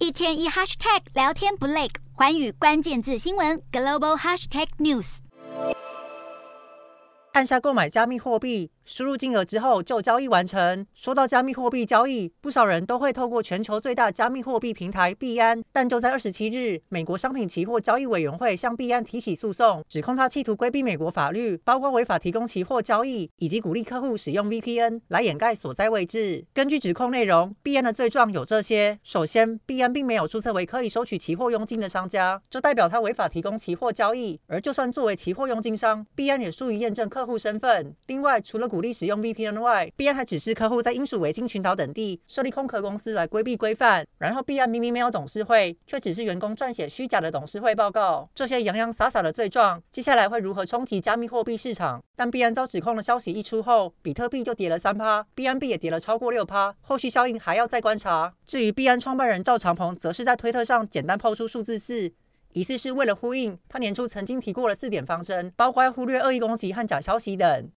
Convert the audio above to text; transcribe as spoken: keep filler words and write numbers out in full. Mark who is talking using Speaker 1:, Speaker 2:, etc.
Speaker 1: 一天一 hashtag 聊天不累，寰宇关键字新闻 global hashtag news。
Speaker 2: 按下购买加密货币，输入金额之后就交易完成。说到加密货币交易，不少人都会透过全球最大加密货币平台币安，但就在二十七日，美国商品期货交易委员会向币安提起诉讼，指控他企图规避美国法律，包括违法提供期货交易，以及鼓励客户使用 V P N 来掩盖所在位置。根据指控内容，币安的罪状有这些：首先，币安并没有注册为可以收取期货佣金的商家，这代表他违法提供期货交易。而就算作为期货佣金商，币安也疏于验证客户身份。另外，除了鼓励使用 V P N 外，币安还指示客户在英属维京群岛等地设立空壳公司来规避规范。然后，币安明明没有董事会，却指示员工撰写虚假的董事会报告。这些洋洋洒洒的罪状，接下来会如何冲击加密货币市场？但币安遭指控的消息一出后，比特币就跌了 百分之三， 币安币也跌了超过 百分之六， 后续效应还要再观察。至于币安创办人赵长鹏，则是在推特上简单抛出数字四。疑似是为了呼应他年初曾经提过的四点方针，包括要忽略恶意攻击和假消息等。